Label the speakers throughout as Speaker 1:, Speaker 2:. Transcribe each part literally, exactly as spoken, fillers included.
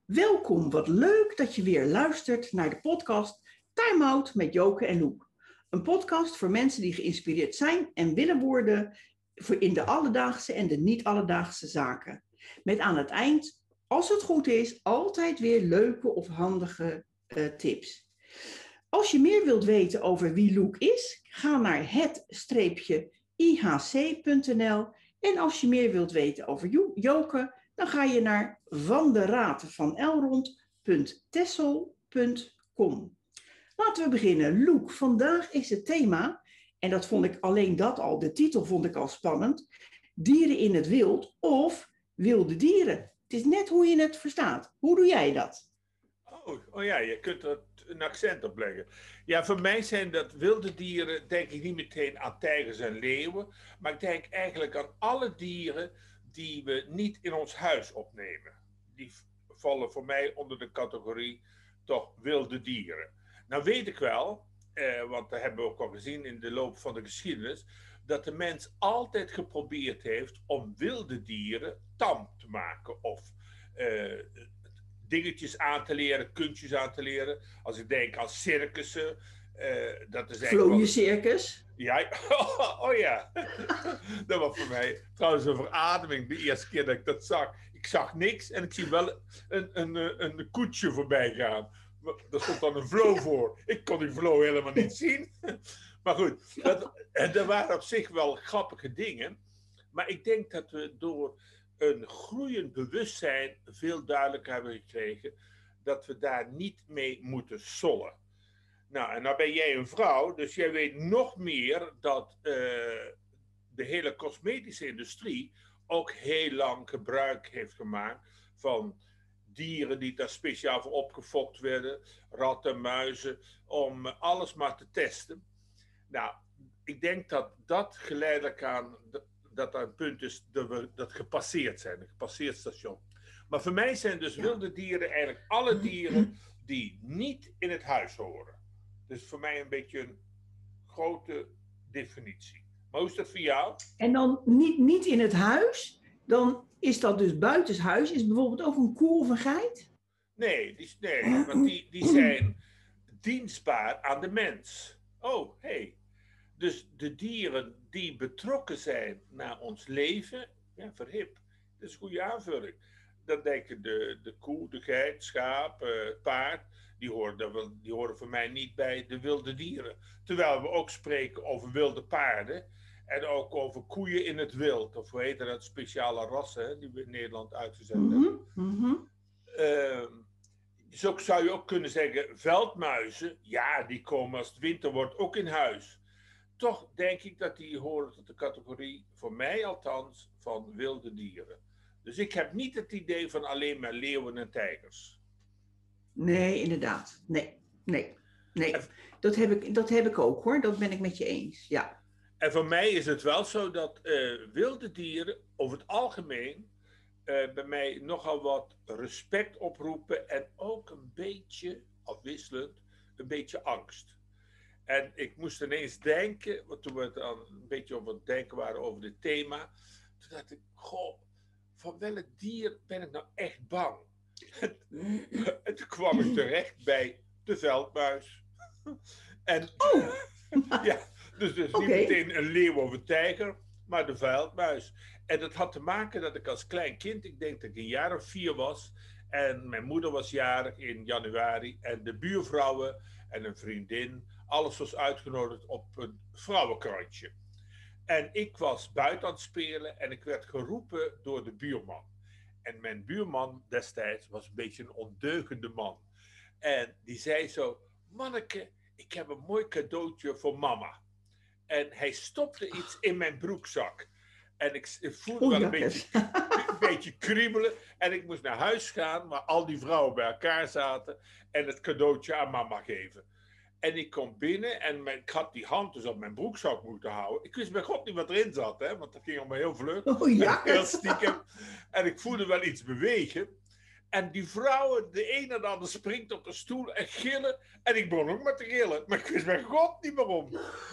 Speaker 1: Welkom, wat leuk dat je weer luistert naar de podcast Time Out met Joke en Loek. Een podcast voor mensen die geïnspireerd zijn en willen worden in de alledaagse en de niet-alledaagse zaken. Met aan het eind, als het goed is, altijd weer leuke of handige uh, tips. Als je meer wilt weten over wie Loek is, ga naar het-i h c punt n l. En als je meer wilt weten over Joke, dan ga je naar vanderatenvanelrond punt tessel punt com. Laten we beginnen. Loek, vandaag is het thema, en dat vond ik alleen dat al, de titel vond ik al spannend, dieren in het wild of wilde dieren. Het is net hoe je het verstaat. Hoe doe jij dat?
Speaker 2: Oh, oh ja, je kunt er een accent op leggen. Ja, voor mij zijn dat wilde dieren, denk ik niet meteen aan tijgers en leeuwen, maar ik denk eigenlijk aan alle dieren die we niet in ons huis opnemen. Die vallen voor mij onder de categorie toch wilde dieren. Nou weet ik wel, eh, want dat hebben we ook al gezien in de loop van de geschiedenis, dat de mens altijd geprobeerd heeft om wilde dieren tam te maken of uh, dingetjes aan te leren, kunstjes aan te leren. Als ik denk aan circussen. Uh, dat is
Speaker 1: Vlooiencircus?
Speaker 2: Ja, oh, oh ja. Dat was voor mij trouwens een verademing de eerste keer dat ik dat zag. Ik zag niks en ik zie wel een, een, een, een koetsje voorbij gaan. Daar stond dan een vlo voor. Ik kon die vlo helemaal niet zien. Maar goed, dat, dat waren op zich wel grappige dingen. Maar ik denk dat we door een groeiend bewustzijn veel duidelijker hebben gekregen dat we daar niet mee moeten sollen. Nou, en nou ben jij een vrouw, dus jij weet nog meer dat uh, de hele cosmetische industrie ook heel lang gebruik heeft gemaakt van dieren die daar speciaal voor opgefokt werden, ratten, muizen, om alles maar te testen. Nou, ik denk dat dat geleidelijk aan, dat er een punt is dat we dat gepasseerd zijn, een gepasseerd station. Maar voor mij zijn dus wilde dieren eigenlijk alle dieren die niet in het huis horen. Dus voor mij een beetje een grote definitie. Maar hoe is dat voor jou?
Speaker 1: En dan niet, niet in het huis, dan is dat dus buitenshuis. Is bijvoorbeeld ook een koe of een geit?
Speaker 2: Nee, die, nee want die, die zijn dienstbaar aan de mens. Oh, hé. Hey. Dus de dieren die betrokken zijn naar ons leven, ja, verhip. Dat is een goede aanvulling. Dan denken de, de koe, de geit, schaap, uh, het paard, die horen, die horen voor mij niet bij de wilde dieren. Terwijl we ook spreken over wilde paarden en ook over koeien in het wild. Of hoe heet dat, speciale rassen hè, die we in Nederland uitgezet hebben.
Speaker 1: Mm-hmm. Mm-hmm.
Speaker 2: Uh, zo zou je ook kunnen zeggen, veldmuizen, ja, die komen als het winter wordt ook in huis. Toch denk ik dat die horen tot de categorie, voor mij althans, van wilde dieren. Dus ik heb niet het idee van alleen maar leeuwen en tijgers.
Speaker 1: Nee, inderdaad. Nee, nee, nee. En, dat, heb ik, dat heb ik ook hoor, dat ben ik met je eens, ja.
Speaker 2: En voor mij is het wel zo dat uh, wilde dieren over het algemeen uh, bij mij nogal wat respect oproepen en ook een beetje, afwisselend, een beetje angst. En ik moest ineens denken, want toen we dan een beetje over het denken waren over dit thema, toen dacht ik, goh, van welk dier ben ik nou echt bang? En toen kwam ik terecht bij de veldmuis. En
Speaker 1: oh.
Speaker 2: ja, dus, dus okay. Niet meteen een leeuw of een tijger, maar de veldmuis. En dat had te maken dat ik als klein kind, ik denk dat ik een jaar of vier was, en mijn moeder was jarig in januari, en de buurvrouwen en een vriendin, alles was uitgenodigd op een vrouwenkrantje. En ik was buiten aan het spelen en ik werd geroepen door de buurman. En mijn buurman destijds was een beetje een ondeugende man. En die zei zo, manneke, ik heb een mooi cadeautje voor mama. En hij stopte iets in mijn broekzak. En ik, ik voelde oh, wel een beetje, een beetje kriebelen. En ik moest naar huis gaan, waar al die vrouwen bij elkaar zaten. En het cadeautje aan mama geven. En ik kom binnen en mijn, ik had die hand dus op mijn broekzak moeten houden. Ik wist bij God niet wat erin zat, hè, want dat ging allemaal heel vlug.
Speaker 1: Oh, ja.
Speaker 2: Heel stiekem. En ik voelde wel iets bewegen. En die vrouwen, de een en de ander springt op de stoel en gillen. En ik begon ook maar te gillen. Maar ik wist bij God niet waarom.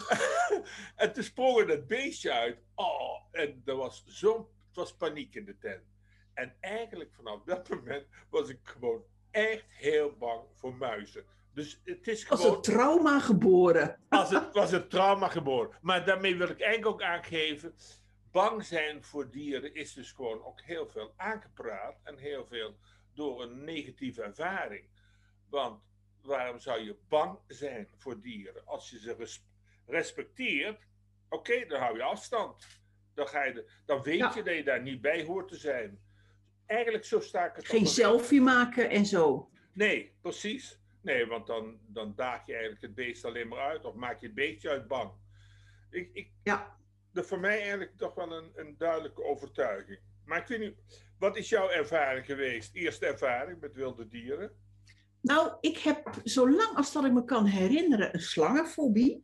Speaker 2: En toen sprong er dat beestje uit. Oh, en er was zo'n, het was paniek in de tent. En eigenlijk vanaf dat moment was ik gewoon echt heel bang voor muizen. Dus het is
Speaker 1: Als
Speaker 2: gewoon...
Speaker 1: een trauma geboren.
Speaker 2: Als het was een trauma geboren. Maar daarmee wil ik eigenlijk ook aangeven... Bang zijn voor dieren is dus gewoon ook heel veel aangepraat. En heel veel door een negatieve ervaring. Want waarom zou je bang zijn voor dieren? Als je ze res- respecteert... Oké, okay, dan hou je afstand. Dan, ga je de, dan weet ja. je dat je daar niet bij hoort te zijn. Eigenlijk zo sta ik het.
Speaker 1: Geen selfie maken en zo.
Speaker 2: Nee, precies. Nee, want dan, dan daag je eigenlijk het beest alleen maar uit. Of maak je het beestje uit bang. Ik, ik,
Speaker 1: ja.
Speaker 2: Dat is voor mij eigenlijk toch wel een, een duidelijke overtuiging. Maar ik weet niet, wat is jouw ervaring geweest? Eerste ervaring met wilde dieren?
Speaker 1: Nou, ik heb zo lang als dat ik me kan herinneren een slangenfobie.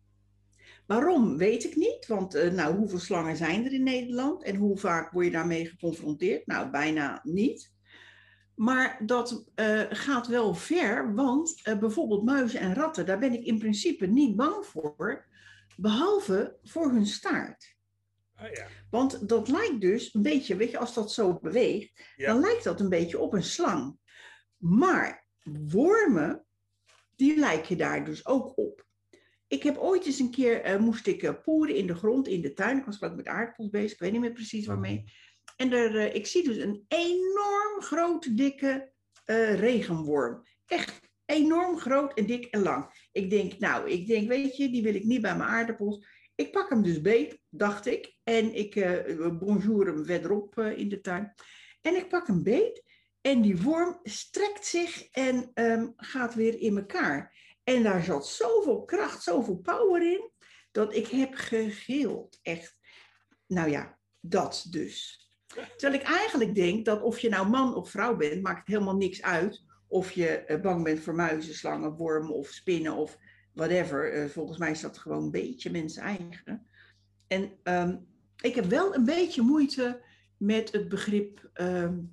Speaker 1: Waarom, weet ik niet. Want uh, nou, hoeveel slangen zijn er in Nederland? En hoe vaak word je daarmee geconfronteerd? Nou, bijna niet. Maar dat uh, gaat wel ver, want uh, bijvoorbeeld muizen en ratten, daar ben ik in principe niet bang voor, behalve voor hun staart.
Speaker 2: Oh, ja.
Speaker 1: Want dat lijkt dus een beetje, weet je, als dat zo beweegt, ja. dan lijkt dat een beetje op een slang. Maar wormen, die lijken daar dus ook op. Ik heb ooit eens een keer, uh, moest ik uh, poeren in de grond, in de tuin. Ik was geloof ik met aardappels bezig, ik weet niet meer precies waarmee. En er, uh, ik zie dus een enorm grote, dikke uh, regenworm. Echt enorm groot en dik en lang. Ik denk, nou, ik denk, weet je, die wil ik niet bij mijn aardappels. Ik pak hem dus beet, dacht ik. En ik uh, bonjour hem verderop uh, in de tuin. En ik pak hem beet. En die worm strekt zich en um, gaat weer in elkaar. En daar zat zoveel kracht, zoveel power in, dat ik heb gegild. Echt. Nou ja, dat dus. Terwijl ik eigenlijk denk dat of je nou man of vrouw bent, maakt het helemaal niks uit. Of je bang bent voor muizen, slangen, wormen of spinnen of whatever. Uh, volgens mij is dat gewoon een beetje mensen eigen. En um, ik heb wel een beetje moeite met het begrip um,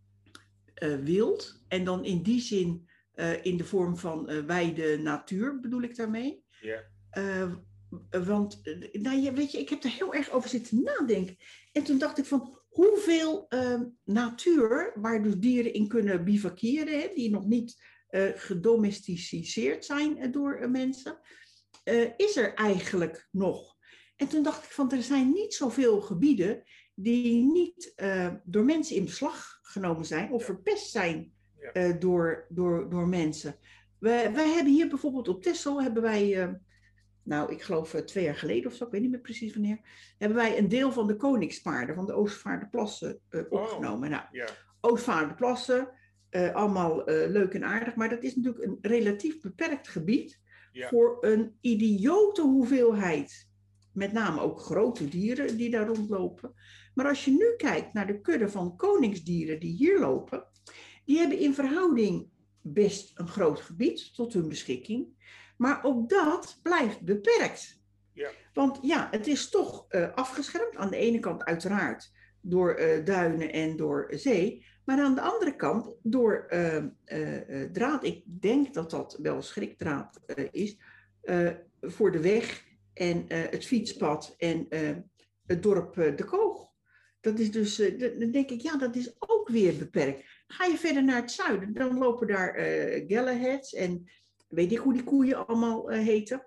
Speaker 1: uh, wild. En dan in die zin uh, in de vorm van uh, wijde natuur bedoel ik daarmee.
Speaker 2: Ja.
Speaker 1: Uh, want, uh, nou ja, weet je, ik heb er heel erg over zitten nadenken. En toen dacht ik van, hoeveel uh, natuur, waar dus dieren in kunnen bivakeren, hè, die nog niet uh, gedomesticeerd zijn uh, door uh, mensen, uh, is er eigenlijk nog? En toen dacht ik van, er zijn niet zoveel gebieden die niet uh, door mensen in beslag genomen zijn of verpest zijn uh, door, door, door mensen. We, wij hebben hier bijvoorbeeld op Texel, hebben wij, uh, nou ik geloof uh, twee jaar geleden of zo, ik weet niet meer precies wanneer, hebben wij een deel van de Koningspaarden, van de Oostvaarderplassen uh, opgenomen. Oh, nou, yeah. Oostvaarderplassen, uh, allemaal uh, leuk en aardig, maar dat is natuurlijk een relatief beperkt gebied yeah. voor een idiote hoeveelheid. Met name ook grote dieren die daar rondlopen. Maar als je nu kijkt naar de kudde van koningsdieren die hier lopen, die hebben in verhouding best een groot gebied tot hun beschikking. Maar ook dat blijft beperkt. Ja. Want ja, het is toch uh, afgeschermd. Aan de ene kant uiteraard door uh, duinen en door zee. Maar aan de andere kant door uh, uh, uh, draad. Ik denk dat dat wel schrikdraad uh, is. Uh, voor de weg en uh, het fietspad en uh, het dorp uh, De Koog. Dat is dus, uh, dan denk ik, ja, dat is ook weer beperkt. Ga je verder naar het zuiden, dan lopen daar uh, galahads en weet ik hoe die koeien allemaal uh, heten.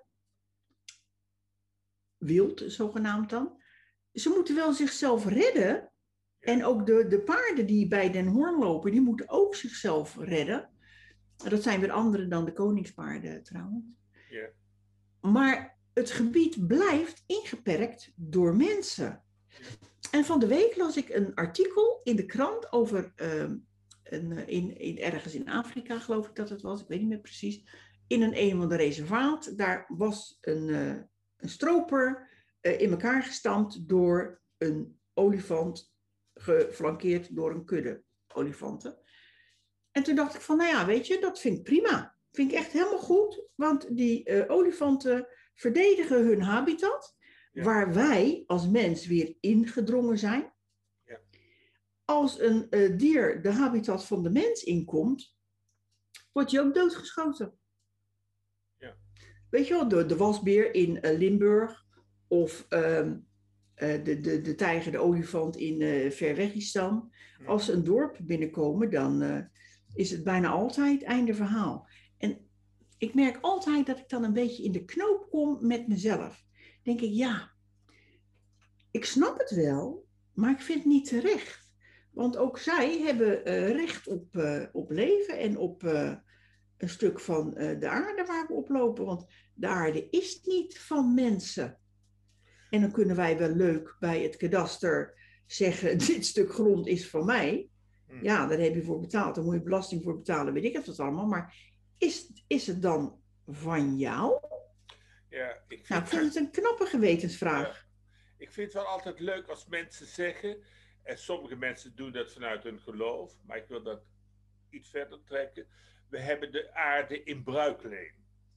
Speaker 1: Wild, zogenaamd dan. Ze moeten wel zichzelf redden. En ook de, de paarden die bij Den Hoorn lopen, die moeten ook zichzelf redden. Dat zijn weer andere dan de koningspaarden trouwens. Yeah. Maar het gebied blijft ingeperkt door mensen. En van de week las ik een artikel in de krant over, uh, een, in, in, ergens in Afrika geloof ik dat het was, ik weet niet meer precies, in een een of ander reservaat. Daar was een, uh, een stroper uh, in elkaar gestampt door een olifant, geflankeerd door een kudde olifanten. En toen dacht ik van, nou ja, weet je, dat vind ik prima. Vind ik echt helemaal goed, want die uh, olifanten verdedigen hun habitat. Ja. Waar wij als mens weer ingedrongen zijn. Ja. Als een uh, dier de habitat van de mens inkomt, wordt je ook doodgeschoten. Ja. Weet je wel, de, de wasbeer in uh, Limburg of uh, uh, de, de, de tijger, de olifant in uh, Verwegistan. Als ze een dorp binnenkomen, dan uh, is het bijna altijd einde verhaal. En ik merk altijd dat ik dan een beetje in de knoop kom met mezelf. Denk ik, ja, ik snap het wel, maar ik vind het niet terecht. Want ook zij hebben uh, recht op, uh, op leven en op uh, een stuk van uh, de aarde waar we op lopen. Want de aarde is niet van mensen. En dan kunnen wij wel leuk bij het kadaster zeggen, dit stuk grond is van mij. Hmm. Ja, daar heb je voor betaald, daar moet je belasting voor betalen, weet ik het wat allemaal. Maar is, is het dan van jou?
Speaker 2: Ja, ik vind,
Speaker 1: nou, ik vind het een knappe gewetensvraag.
Speaker 2: Ja. Ik vind het wel altijd leuk als mensen zeggen, en sommige mensen doen dat vanuit hun geloof, maar ik wil dat iets verder trekken. We hebben de aarde in bruikleen.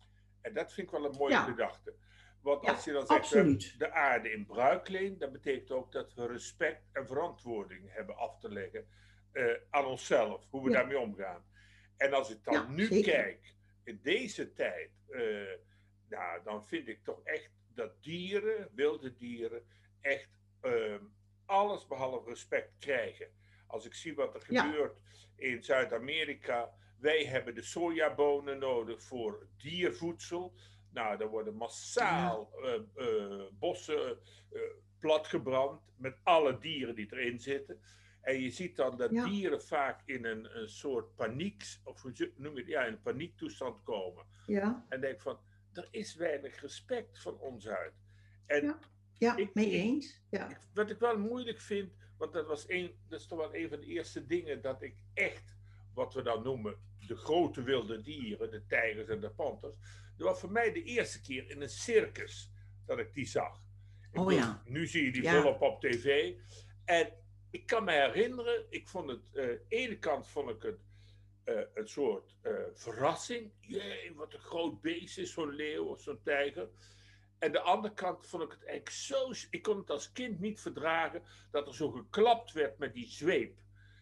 Speaker 2: En dat vind ik wel een mooie ja. gedachte. Want
Speaker 1: ja,
Speaker 2: als je dan zegt,
Speaker 1: absoluut.
Speaker 2: de aarde in bruikleen, dat betekent ook dat we respect en verantwoording hebben af te leggen uh, aan onszelf, hoe we ja. daarmee omgaan. En als ik dan ja, nu zeker. kijk, in deze tijd, uh, nou, dan vind ik toch echt dat dieren, wilde dieren, echt uh, alles behalve respect krijgen. Als ik zie wat er ja. gebeurt in Zuid-Amerika, wij hebben de sojabonen nodig voor diervoedsel. Nou, er worden massaal ja. uh, uh, bossen uh, platgebrand met alle dieren die erin zitten. En je ziet dan dat ja. dieren vaak in een, een soort paniek, of hoe noem je het, ja, in een paniektoestand komen.
Speaker 1: Ja.
Speaker 2: En denk van, er is weinig respect van ons uit. En
Speaker 1: ja, ja ik, mee eens. Ja.
Speaker 2: Ik, wat ik wel moeilijk vind, want dat, was een, dat is toch wel een van de eerste dingen dat ik echt, wat we dan noemen, de grote wilde dieren, de tijgers en de panters, dat was voor mij de eerste keer in een circus dat ik die zag. Ik
Speaker 1: oh
Speaker 2: bedoel,
Speaker 1: ja.
Speaker 2: Nu zie je die
Speaker 1: ja.
Speaker 2: volop op tv. En ik kan me herinneren, ik vond het, uh, aan de ene kant vond ik het uh, een soort uh, verrassing. Jee, wat een groot beest is, zo'n leeuw of zo'n tijger. En aan de andere kant vond ik het eigenlijk zo, ik kon het als kind niet verdragen dat er zo geklapt werd met die zweep.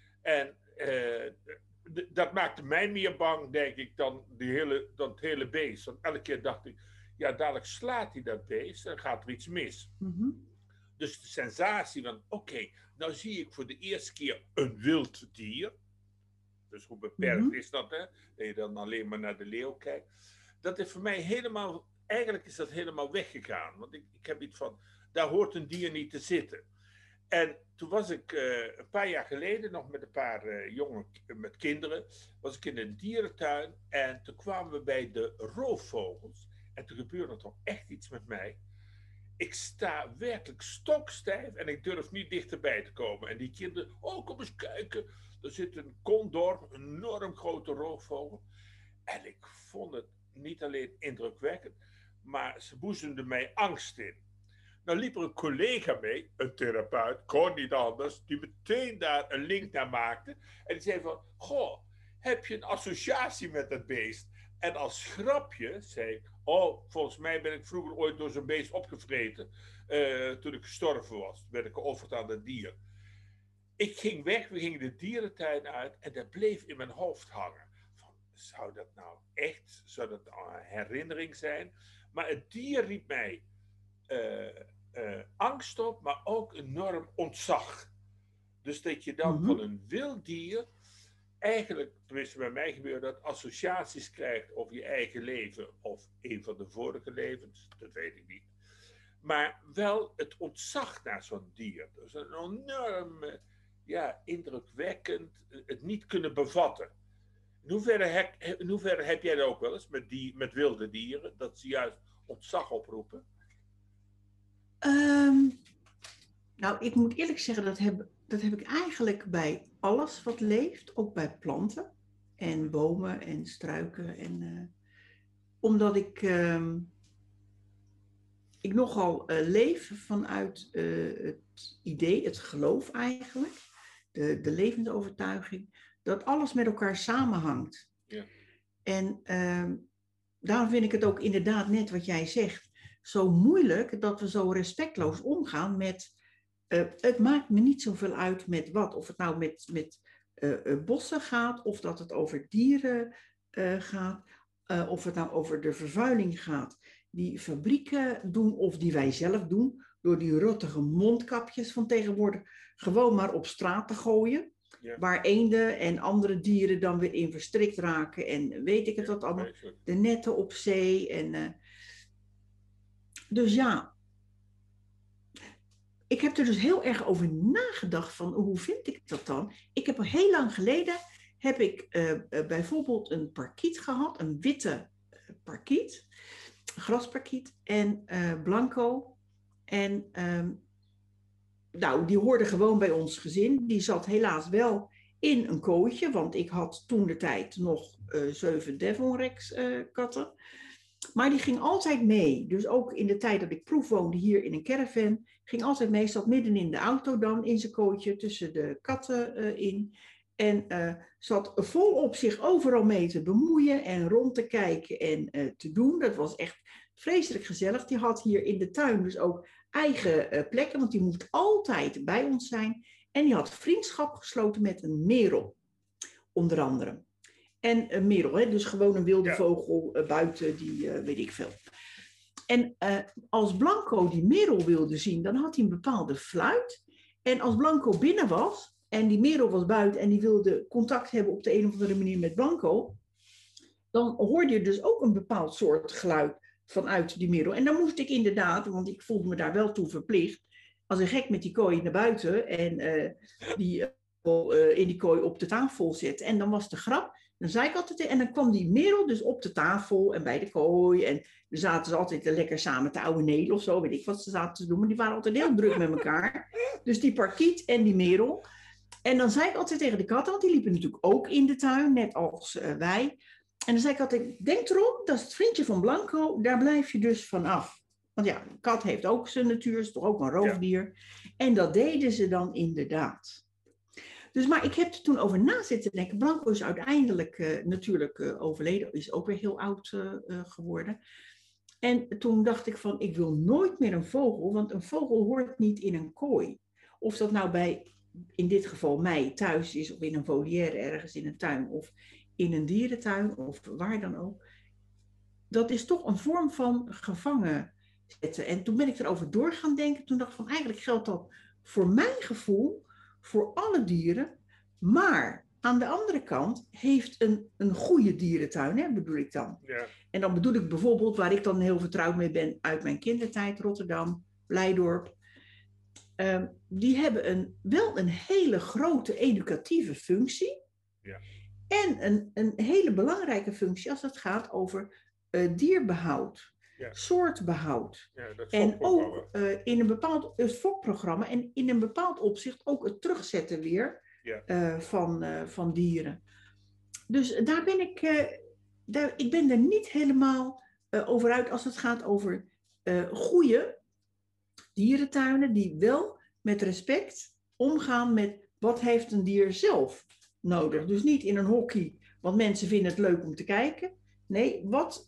Speaker 2: En uh, d- dat maakte mij meer bang, denk ik, dan, die hele, dan het hele beest. Want elke keer dacht ik, ja, dadelijk slaat hij dat beest en gaat er iets mis.
Speaker 1: Mm-hmm.
Speaker 2: Dus de sensatie van, oké, okay, nou zie ik voor de eerste keer een wild dier. Dus hoe beperkt mm-hmm. is dat, hè? Dat je dan alleen maar naar de leeuw kijkt. Dat is voor mij helemaal, eigenlijk is dat helemaal weggegaan. Want ik, ik heb iets van, daar hoort een dier niet te zitten. En toen was ik uh, een paar jaar geleden nog met een paar uh, jongen uh, met kinderen, was ik in een dierentuin en toen kwamen we bij de roofvogels. En toen gebeurde er toch echt iets met mij. Ik sta werkelijk stokstijf en ik durf niet dichterbij te komen. En die kinderen, oh kom eens kijken, er zit een condor, een enorm grote roofvogel. En ik vond het niet alleen indrukwekkend, maar ze boezemde mij angst in. Nou liep er een collega mee, een therapeut, kon niet anders, die meteen daar een link naar maakte. En die zei van, goh, heb je een associatie met dat beest? En als grapje zei ik, oh, volgens mij ben ik vroeger ooit door zo'n beest opgevreten. Uh, toen ik gestorven was, werd ik geofferd aan dat dier. Ik ging weg, we gingen de dierentuin uit en dat bleef in mijn hoofd hangen. Van, zou dat nou echt, zou dat nou een herinnering zijn? Maar het dier riep mij uh, uh, angst op, maar ook enorm ontzag. Dus dat je dan mm-hmm. van een wild dier eigenlijk, tenminste bij mij gebeurt dat, associaties krijgt over je eigen leven of een van de vorige levens, dat weet ik niet. Maar wel het ontzag naar zo'n dier. Dus een enorm, ja, indrukwekkend, het niet kunnen bevatten. In hoeverre, heb, in hoeverre heb jij dat ook wel eens met, die, met wilde dieren, dat ze juist ontzag oproepen?
Speaker 1: Um, nou, ik moet eerlijk zeggen, dat heb, dat heb ik eigenlijk bij alles wat leeft, ook bij planten en bomen en struiken. En, uh, omdat ik, uh, ik nogal uh, leef vanuit uh, het idee, het geloof eigenlijk, de, de levensovertuiging, dat alles met elkaar samenhangt.
Speaker 2: Ja.
Speaker 1: En uh, daarom vind ik het ook inderdaad net wat jij zegt, zo moeilijk dat we zo respectloos omgaan met, uh, het maakt me niet zoveel uit met wat. Of het nou met, met uh, uh, bossen gaat, of dat het over dieren uh, gaat, uh, of het nou over de vervuiling gaat die fabrieken doen of die wij zelf doen, door die rottige mondkapjes van tegenwoordig gewoon maar op straat te gooien. Ja. Waar eenden en andere dieren dan weer in verstrikt raken. En weet ik het wat allemaal. De netten op zee. En, uh... Dus ja. Ik heb er dus heel erg over nagedacht van hoe vind ik dat dan? Ik heb heel lang geleden heb ik uh, uh, bijvoorbeeld een parkiet gehad. Een witte parkiet. Een grasparkiet. En uh, blanco. En um, nou, die hoorde gewoon bij ons gezin. Die zat helaas wel in een kooitje. Want ik had toen de tijd nog uh, zeven Devonrex uh, katten. Maar die ging altijd mee. Dus ook in de tijd dat ik proefwoonde hier in een caravan. Ging altijd mee. Zat midden in de auto dan in zijn kooitje. Tussen de katten uh, in. En uh, zat volop zich overal mee te bemoeien. En rond te kijken en uh, te doen. Dat was echt vreselijk gezellig. Die had hier in de tuin dus ook eigen uh, plekken. Want die moest altijd bij ons zijn. En die had vriendschap gesloten met een merel. Onder andere. En een merel, hè? Dus gewoon een wilde ja. vogel uh, buiten, die uh, weet ik veel. En uh, als Blanco die merel wilde zien, dan had hij een bepaalde fluit. En als Blanco binnen was, en die merel was buiten en die wilde contact hebben op de een of andere manier met Blanco, dan hoorde je dus ook een bepaald soort geluid vanuit die merel. En dan moest ik inderdaad, want ik voelde me daar wel toe verplicht, als een gek met die kooi naar buiten en uh, die uh, in die kooi op de tafel zetten. En dan was de grap. Dan zei ik altijd, en dan kwam die merel dus op de tafel en bij de kooi. En dan zaten ze altijd lekker samen te ouwe nelen of zo, weet ik wat ze zaten te doen. Maar die waren altijd heel druk met elkaar. Dus die parkiet en die merel. En dan zei ik altijd tegen de katten, want die liepen natuurlijk ook in de tuin, net als uh, wij. En dan zei ik altijd, denk erom, dat is het vriendje van Blanco, daar blijf je dus vanaf. Want ja, een kat heeft ook zijn natuur, is toch ook een roofdier. Ja. En dat deden ze dan inderdaad. Dus, maar ik heb er toen over na zitten denken. Blanco is uiteindelijk uh, natuurlijk uh, overleden. Is ook weer heel oud uh, uh, geworden. En toen dacht ik van, ik wil nooit meer een vogel. Want een vogel hoort niet in een kooi. Of dat nou bij, in dit geval mij, thuis is. Of in een volière ergens in een tuin. Of in een dierentuin. Of waar dan ook. Dat is toch een vorm van gevangen zetten. En toen ben ik erover door gaan denken. Toen dacht ik van, eigenlijk geldt dat voor mijn gevoel voor alle dieren, maar aan de andere kant heeft een, een goede dierentuin, hè, bedoel ik dan. Ja. En dan bedoel ik bijvoorbeeld, waar ik dan heel vertrouwd mee ben uit mijn kindertijd, Rotterdam, Blijdorp. Uh, die hebben een, wel een hele grote educatieve functie. Ja. En een, een hele belangrijke functie als het gaat over uh, dierbehoud. Ja. Soortbehoud. Ja, en ook uh, in een bepaald het fokprogramma en in een bepaald opzicht ook het terugzetten weer ja. uh, van, uh, van dieren. Dus daar ben ik, uh, daar, ik ben er niet helemaal uh, over uit als het gaat over uh, goede dierentuinen die wel met respect omgaan met wat heeft een dier zelf nodig. Dus niet in een hokje, want mensen vinden het leuk om te kijken. Nee, wat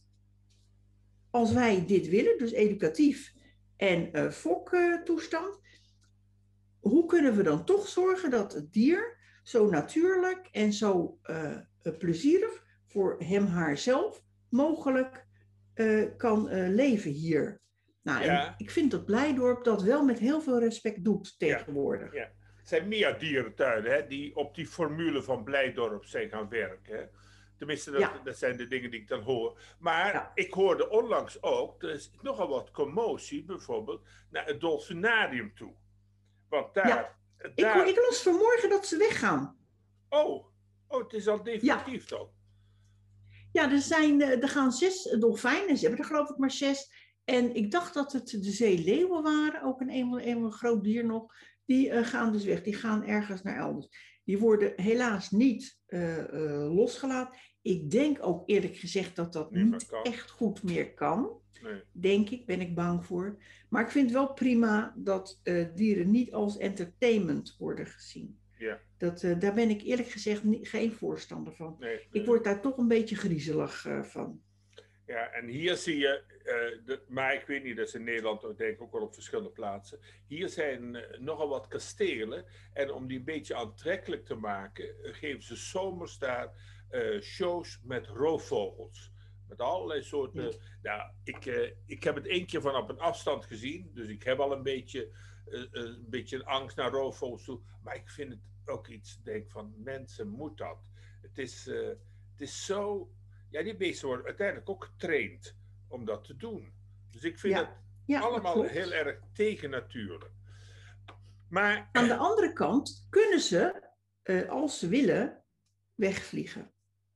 Speaker 1: als wij dit willen, dus educatief en uh, foktoestand, uh, hoe kunnen we dan toch zorgen dat het dier zo natuurlijk en zo uh, uh, plezierig voor hem, haar zelf mogelijk uh, kan uh, leven hier? Nou, ja. en ik vind dat Blijdorp dat wel met heel veel respect doet tegenwoordig.
Speaker 2: Ja, ja. Er zijn meer dierentuinen hè, die op die formule van Blijdorp zijn gaan werken. Hè? Tenminste, dat, ja. dat zijn de dingen die ik dan hoor. Maar ja. ik hoorde onlangs ook, er is nogal wat commotie, bijvoorbeeld, naar het dolfinarium toe. Want daar...
Speaker 1: Ja.
Speaker 2: daar...
Speaker 1: Ik, ik las vanmorgen dat ze weggaan.
Speaker 2: Oh, oh het is al definitief ja. dan.
Speaker 1: Ja, er, zijn, er gaan zes dolfijnen, ze hebben er geloof ik maar zes. En ik dacht dat het de zeeleeuwen waren, ook een, een, een groot dier nog. Die uh, gaan dus weg, die gaan ergens naar elders. Die worden helaas niet uh, uh, losgelaten. Ik denk ook eerlijk gezegd dat dat nee, niet echt goed meer kan. Nee. Denk ik, ben ik bang voor. Maar ik vind het wel prima dat uh, dieren niet als entertainment worden gezien. Ja. Dat, uh, daar ben ik eerlijk gezegd niet, geen voorstander van. Nee, nee. Ik word daar toch een beetje griezelig uh, van.
Speaker 2: Ja, en hier zie je, uh, de, maar ik weet niet, dat is in Nederland denk ik ook wel op verschillende plaatsen. Hier zijn uh, nogal wat kastelen. En om die een beetje aantrekkelijk te maken, uh, geven ze zomers daar uh, shows met roofvogels. Met allerlei soorten...
Speaker 1: Ja.
Speaker 2: Nou, ik, uh, ik heb het één keer van op een afstand gezien. Dus ik heb al een beetje, uh, uh, een beetje een angst naar roofvogels toe. Maar ik vind het ook iets, denk van, mensen, moet dat? Het is, uh, het is zo... Ja, die beesten worden uiteindelijk ook getraind om dat te doen. Dus ik vind
Speaker 1: Ja.
Speaker 2: het
Speaker 1: Ja,
Speaker 2: allemaal heel erg tegennatuurlijk. Maar...
Speaker 1: Aan de andere kant kunnen ze, uh, als ze willen, wegvliegen.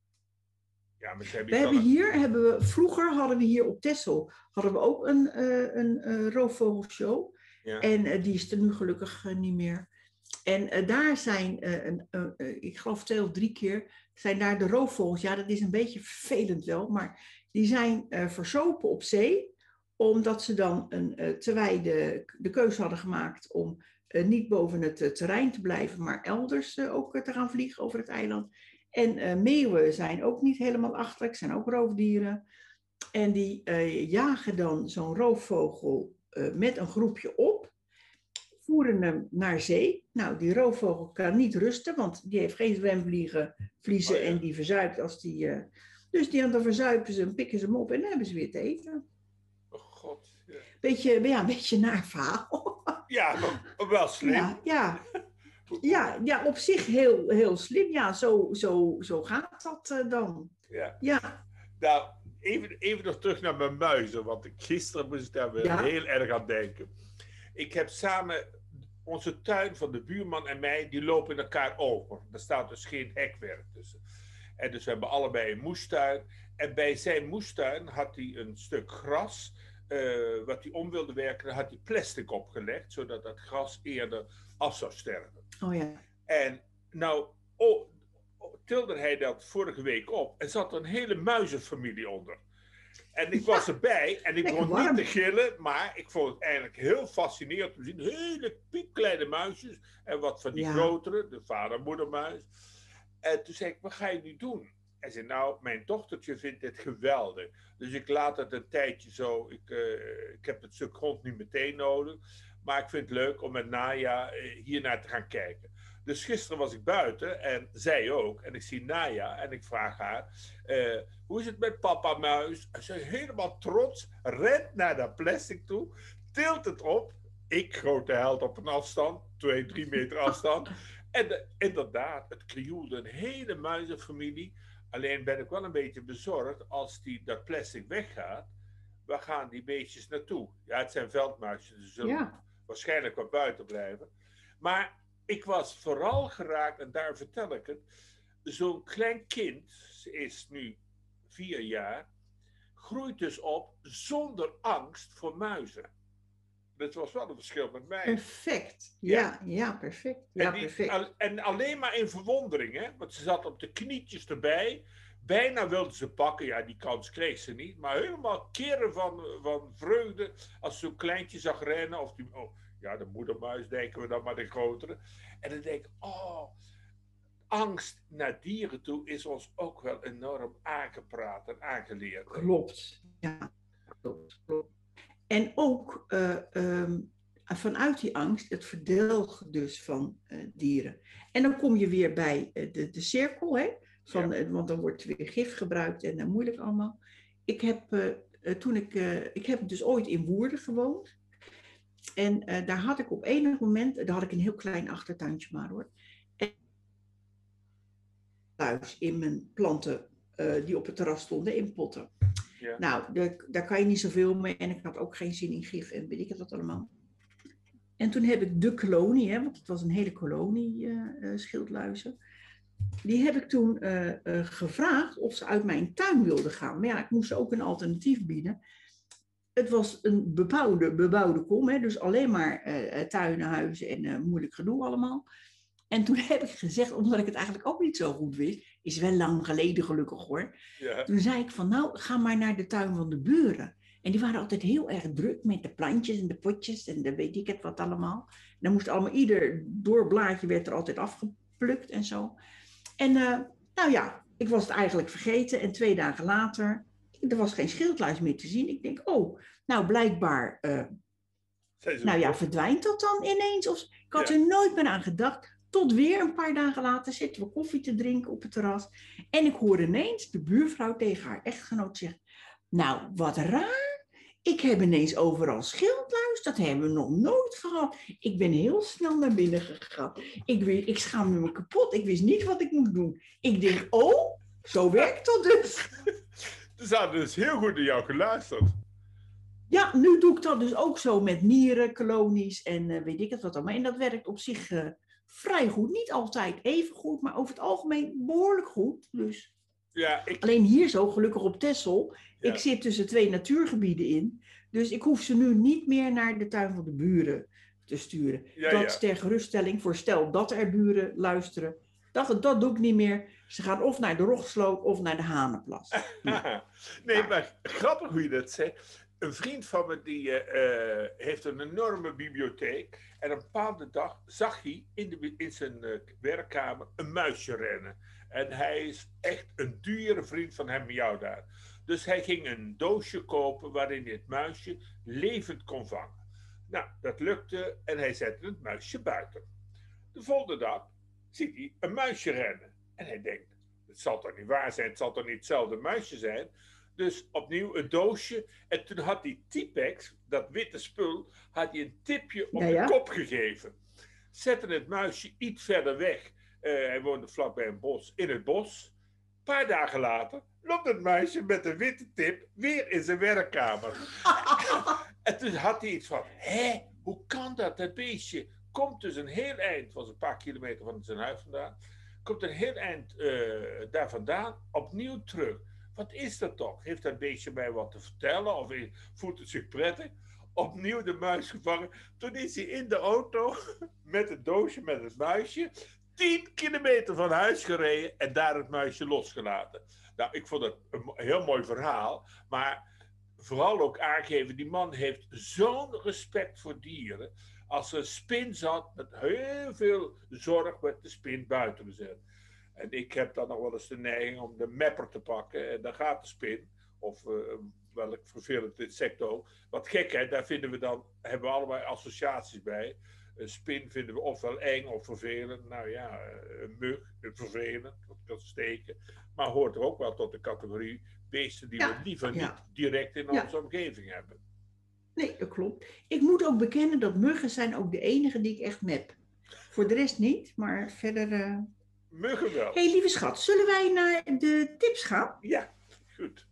Speaker 2: Ja, maar ze hebben
Speaker 1: we hebben hier, hebben we, vroeger hadden we hier op Texel hadden we ook een, uh, een uh, roofvogelshow. Ja. En uh, die is er nu gelukkig uh, niet meer. En uh, daar zijn, uh, een, uh, uh, ik geloof twee of drie keer, zijn daar de roofvogels. Ja, dat is een beetje vervelend wel, maar die zijn uh, verzopen op zee. Omdat ze dan, een, uh, terwijl wij de, de keuze hadden gemaakt om uh, niet boven het uh, terrein te blijven, maar elders uh, ook uh, te gaan vliegen over het eiland. En uh, meeuwen zijn ook niet helemaal achterlijk, zijn ook roofdieren. En die uh, jagen dan zo'n roofvogel uh, met een groepje op, voeren hem naar zee. Nou, die roofvogel kan niet rusten, want die heeft geen zwemvliegen, vliezen oh, ja. en die verzuipt als die... Uh, dus die, dan verzuipen ze hem, pikken ze hem op en dan hebben ze weer te eten.
Speaker 2: Oh god. Ja.
Speaker 1: Beetje, ja, een beetje naar verhaal.
Speaker 2: Ja, maar wel slim.
Speaker 1: Ja, ja. Ja, ja, op zich heel, heel slim. Ja, zo, zo, zo gaat dat uh, dan.
Speaker 2: Ja.
Speaker 1: Ja.
Speaker 2: Nou, even, even nog terug naar mijn muizen, want ik, gisteren moest ik daar weer ja. heel erg aan denken. Ik heb samen, onze tuin van de buurman en mij, die lopen in elkaar over. Er staat dus geen hekwerk tussen. En dus we hebben allebei een moestuin. En bij zijn moestuin had hij een stuk gras, uh, wat hij om wilde werken, had hij plastic opgelegd, zodat dat gras eerder af zou sterven.
Speaker 1: Oh ja.
Speaker 2: En nou oh, tilde hij dat vorige week op en zat er een hele muizenfamilie onder. En ik was ja, erbij en ik begon niet te gillen, maar ik vond het eigenlijk heel fascinerend om te zien. Hele piepkleine muisjes en wat van die ja. grotere, de vader- en moedermuis. En toen zei ik, wat ga je nu doen? Hij zei, nou, mijn dochtertje vindt dit geweldig. Dus ik laat het een tijdje zo, ik, uh, ik heb het stuk grond niet meteen nodig. Maar ik vind het leuk om met Naya hiernaar te gaan kijken. Dus gisteren was ik buiten en zij ook. En ik zie Naya en ik vraag haar, uh, hoe is het met papa muis? En ze helemaal trots, rent naar dat plastic toe, tilt het op. Ik, grote held op een afstand, twee, drie meter afstand. En de, inderdaad, het krioelde een hele muizenfamilie. Alleen ben ik wel een beetje bezorgd als die, dat plastic weggaat. Waar gaan die beestjes naartoe? Ja, het zijn veldmuisjes, dus ze zullen ja. waarschijnlijk wat buiten blijven. Maar ik was vooral geraakt, en daar vertel ik het. Zo'n klein kind, ze is nu vier jaar, groeit dus op zonder angst voor muizen. Dat was wel een verschil met mij.
Speaker 1: Perfect. Ja, ja, ja perfect. Ja,
Speaker 2: en, die,
Speaker 1: perfect.
Speaker 2: En alleen maar in verwondering, hè? Want ze zat op de knietjes erbij. Bijna wilde ze pakken. Ja, die kans kreeg ze niet. Maar helemaal keren van, van vreugde als ze zo'n kleintje zag rennen. Of die, oh, ja, de moedermuis denken we dan maar de grotere. En dan denk ik, oh, angst naar dieren toe is ons ook wel enorm aangepraat en aangeleerd.
Speaker 1: Klopt. Ja, klopt. klopt. En ook uh, um, vanuit die angst het verdelgen dus van uh, dieren. En dan kom je weer bij uh, de, de cirkel, hè? Van, ja. uh, want dan wordt weer gif gebruikt en uh, moeilijk allemaal. Ik heb, uh, uh, toen ik, uh, ik heb dus ooit in Woerden gewoond. En uh, daar had ik op enig moment, daar had ik een heel klein achtertuintje maar hoor. En thuis in mijn planten uh, die op het terras stonden in potten. Ja. Nou, de, daar kan je niet zoveel mee en ik had ook geen zin in gif en weet ik het wat allemaal. En toen heb ik de kolonie, hè, want het was een hele kolonie uh, uh, schildluizen. Die heb ik toen uh, uh, gevraagd of ze uit mijn tuin wilden gaan. Maar ja, ik moest ze ook een alternatief bieden. Het was een bebouwde, bebouwde kom, hè, dus alleen maar uh, tuinen, huizen en uh, moeilijk gedoe allemaal. En toen heb ik gezegd, omdat ik het eigenlijk ook niet zo goed wist, is wel lang geleden gelukkig hoor. Ja. Toen zei ik van nou, ga maar naar de tuin van de buren. En die waren altijd heel erg druk met de plantjes en de potjes en de weet ik het wat allemaal. En dan moest allemaal, ieder doorblaadje werd er altijd afgeplukt en zo. En uh, nou ja, ik was het eigenlijk vergeten en twee dagen later, er was geen schildluis meer te zien. Ik denk, oh, nou blijkbaar, uh, nou ja, verdwijnt dat dan ineens? Of, ik had ja. er nooit meer aan gedacht. Tot weer een paar dagen later zitten we koffie te drinken op het terras. En ik hoor ineens de buurvrouw tegen haar echtgenoot zeggen, Nou, wat raar. Ik heb ineens overal schildluis. Dat hebben we nog nooit gehad. Ik ben heel snel naar binnen gegaan. Ik, weet, ik schaamde me kapot. Ik wist niet wat ik moest doen. Ik denk, oh, zo werkt dat dus.
Speaker 2: Ze hadden dus heel goed naar jou geluisterd.
Speaker 1: Ja, nu doe ik dat dus ook zo met mierenkolonies en uh, weet ik het wat allemaal. En dat werkt op zich uh, vrij goed. Niet altijd even goed, maar over het algemeen behoorlijk goed. Dus.
Speaker 2: Ja, ik...
Speaker 1: Alleen hier zo, gelukkig op Texel.
Speaker 2: Ja.
Speaker 1: Ik zit tussen twee natuurgebieden in. Dus ik hoef ze nu niet meer naar de tuin van de buren te sturen.
Speaker 2: Ja,
Speaker 1: dat
Speaker 2: ja.
Speaker 1: is ter geruststelling voor stel dat er buren luisteren. Dat, dat doe ik niet meer. Ze gaan of naar de Rogsloot of naar de Hanenplas. Ja.
Speaker 2: Nee, maar grappig hoe je dat zegt. Een vriend van me die uh, heeft een enorme bibliotheek. En een bepaalde dag zag hij in, de, in zijn uh, werkkamer een muisje rennen. En hij is echt een dure vriend van hem en jou daar. Dus hij ging een doosje kopen waarin hij het muisje levend kon vangen. Nou, dat lukte en hij zette het muisje buiten. De volgende dag ziet hij een muisje rennen. En hij denkt, het zal toch niet waar zijn, het zal toch niet hetzelfde muisje zijn. Dus opnieuw een doosje. En toen had die Tipex, dat witte spul, had hij een tipje op ja, ja. de kop gegeven. Zette het muisje iets verder weg. Uh, hij woonde vlakbij een bos, in het bos. Een paar dagen later loopt het muisje met een witte tip weer in zijn werkkamer. En toen had hij iets van, hé, hoe kan dat? Dat beestje komt dus een heel eind, was een paar kilometer van zijn huis vandaan, komt een heel eind uh, daar vandaan, opnieuw terug. Wat is dat toch? Heeft dat beestje mij wat te vertellen? Of voelt het zich prettig? Opnieuw de muis gevangen. Toen is hij in de auto met het doosje met het muisje tien kilometer van huis gereden en daar het muisje losgelaten. Nou, ik vond het een heel mooi verhaal, maar vooral ook aangeven, die man heeft zo'n respect voor dieren. Als er een spin zat, met heel veel zorg werd de spin buiten gezet. En ik heb dan nog wel eens de neiging om de mepper te pakken. En dan gaat de spin, of uh, welk vervelend insect ook. Wat gek hè, daar vinden we dan, hebben we allemaal associaties bij. Een spin vinden we ofwel eng of vervelend. Nou ja, een mug, vervelend, dat kan steken. Maar hoort er ook wel tot de categorie beesten die ja, we liever ja. niet direct in ja. onze omgeving hebben.
Speaker 1: Nee, dat klopt. Ik moet ook bekennen dat muggen zijn ook de enige die ik echt mep. Voor de rest niet, maar verder... Uh...
Speaker 2: Muggen wel.
Speaker 1: Hé, hey, lieve schat, zullen wij naar de tips gaan?
Speaker 2: Ja, goed.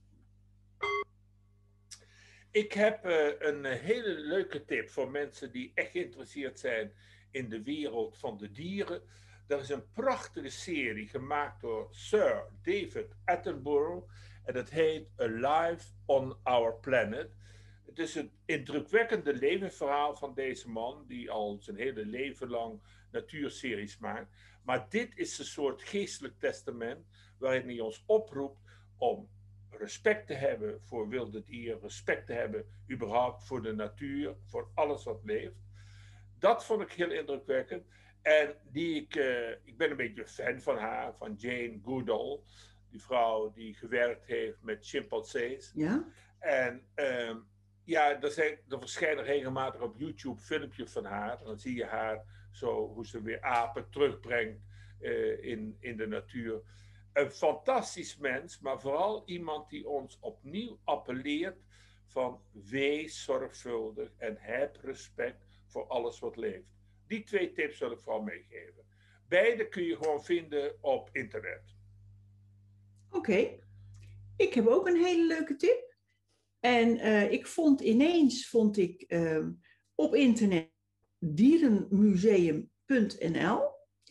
Speaker 2: Ik heb uh, een hele leuke tip voor mensen die echt geïnteresseerd zijn in de wereld van de dieren. Er is een prachtige serie gemaakt door Sir David Attenborough en dat heet Alive on Our Planet. Het is een indrukwekkende levensverhaal van deze man die al zijn hele leven lang natuurseries maakt. Maar dit is een soort geestelijk testament waarin hij ons oproept om respect te hebben voor wilde dieren, respect te hebben überhaupt voor de natuur, voor alles wat leeft. Dat vond ik heel indrukwekkend. En die ik, uh, ik ben een beetje fan van haar, van Jane Goodall, die vrouw die gewerkt heeft met chimpansees.
Speaker 1: Ja?
Speaker 2: En uh, ja, er, zijn, er verschijnen regelmatig op YouTube filmpjes van haar. En dan zie je haar zo, hoe ze weer apen terugbrengt uh, in, in de natuur. Een fantastisch mens, maar vooral iemand die ons opnieuw appelleert van wees zorgvuldig en heb respect voor alles wat leeft. Die twee tips wil ik vooral meegeven. Beide kun je gewoon vinden op internet.
Speaker 1: Oké, okay. Ik heb ook een hele leuke tip. En uh, ik vond ineens, vond ik uh, op internet dierenmuseum punt n l.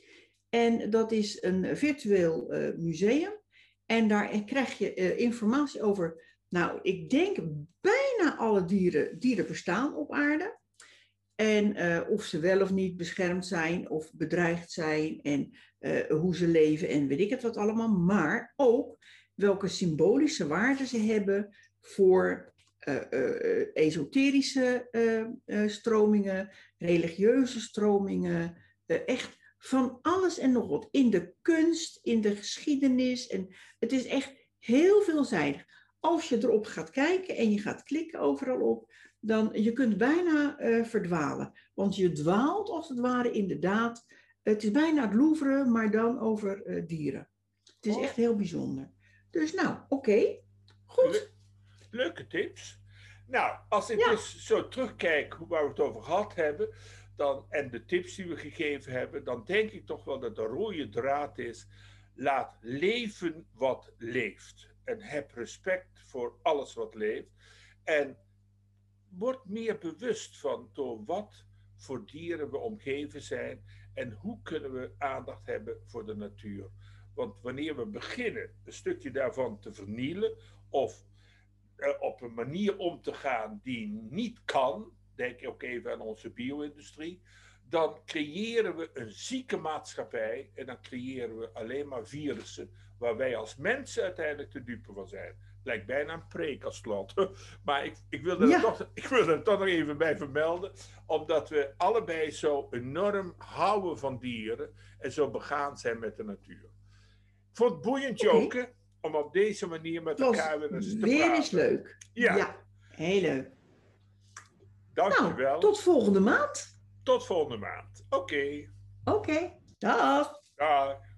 Speaker 1: En dat is een virtueel uh, museum. En daar krijg je uh, informatie over, nou, ik denk bijna alle dieren die er bestaan op aarde. En uh, of ze wel of niet beschermd zijn of bedreigd zijn en uh, hoe ze leven en weet ik het wat allemaal. Maar ook welke symbolische waarde ze hebben voor uh, uh, esoterische uh, uh, stromingen, religieuze stromingen, uh, echt van alles en nog wat. In de kunst, in de geschiedenis. En het is echt heel veelzijdig. Als je erop gaat kijken en je gaat klikken overal op, dan je kunt bijna uh, verdwalen. Want je dwaalt als het ware inderdaad. Het is bijna het Louvre, maar dan over uh, dieren. Het is oh. echt heel bijzonder. Dus nou, oké. Okay. Goed.
Speaker 2: Leuke tips. Nou, als ik
Speaker 1: Ja.
Speaker 2: dus zo terugkijk hoe- waar we het over gehad hebben, dan, en de tips die we gegeven hebben, dan denk ik toch wel dat de rode draad is: laat leven wat leeft. En heb respect voor alles wat leeft. En word meer bewust van door wat voor dieren we omgeven zijn en hoe kunnen we aandacht hebben voor de natuur. Want wanneer we beginnen een stukje daarvan te vernielen of uh, op een manier om te gaan die niet kan, denk ook even aan onze bio-industrie, dan creëren we een zieke maatschappij en dan creëren we alleen maar virussen waar wij als mensen uiteindelijk de dupe van zijn. Het lijkt bijna een preek als slot. Maar ik, ik, wilde
Speaker 1: Ja.
Speaker 2: er toch, ik wilde er toch nog even bij vermelden, omdat we allebei zo enorm houden van dieren en zo begaan zijn met de natuur. Ik vond het boeiend,
Speaker 1: Oké.
Speaker 2: Joke, om op deze manier met
Speaker 1: Het was
Speaker 2: elkaar weer eens te
Speaker 1: weer
Speaker 2: praten.
Speaker 1: eens leuk.
Speaker 2: Ja.
Speaker 1: Ja, heel leuk.
Speaker 2: Dankjewel.
Speaker 1: Nou, tot volgende maand.
Speaker 2: Tot volgende maand. Oké.
Speaker 1: Oké, dag.
Speaker 2: Dag.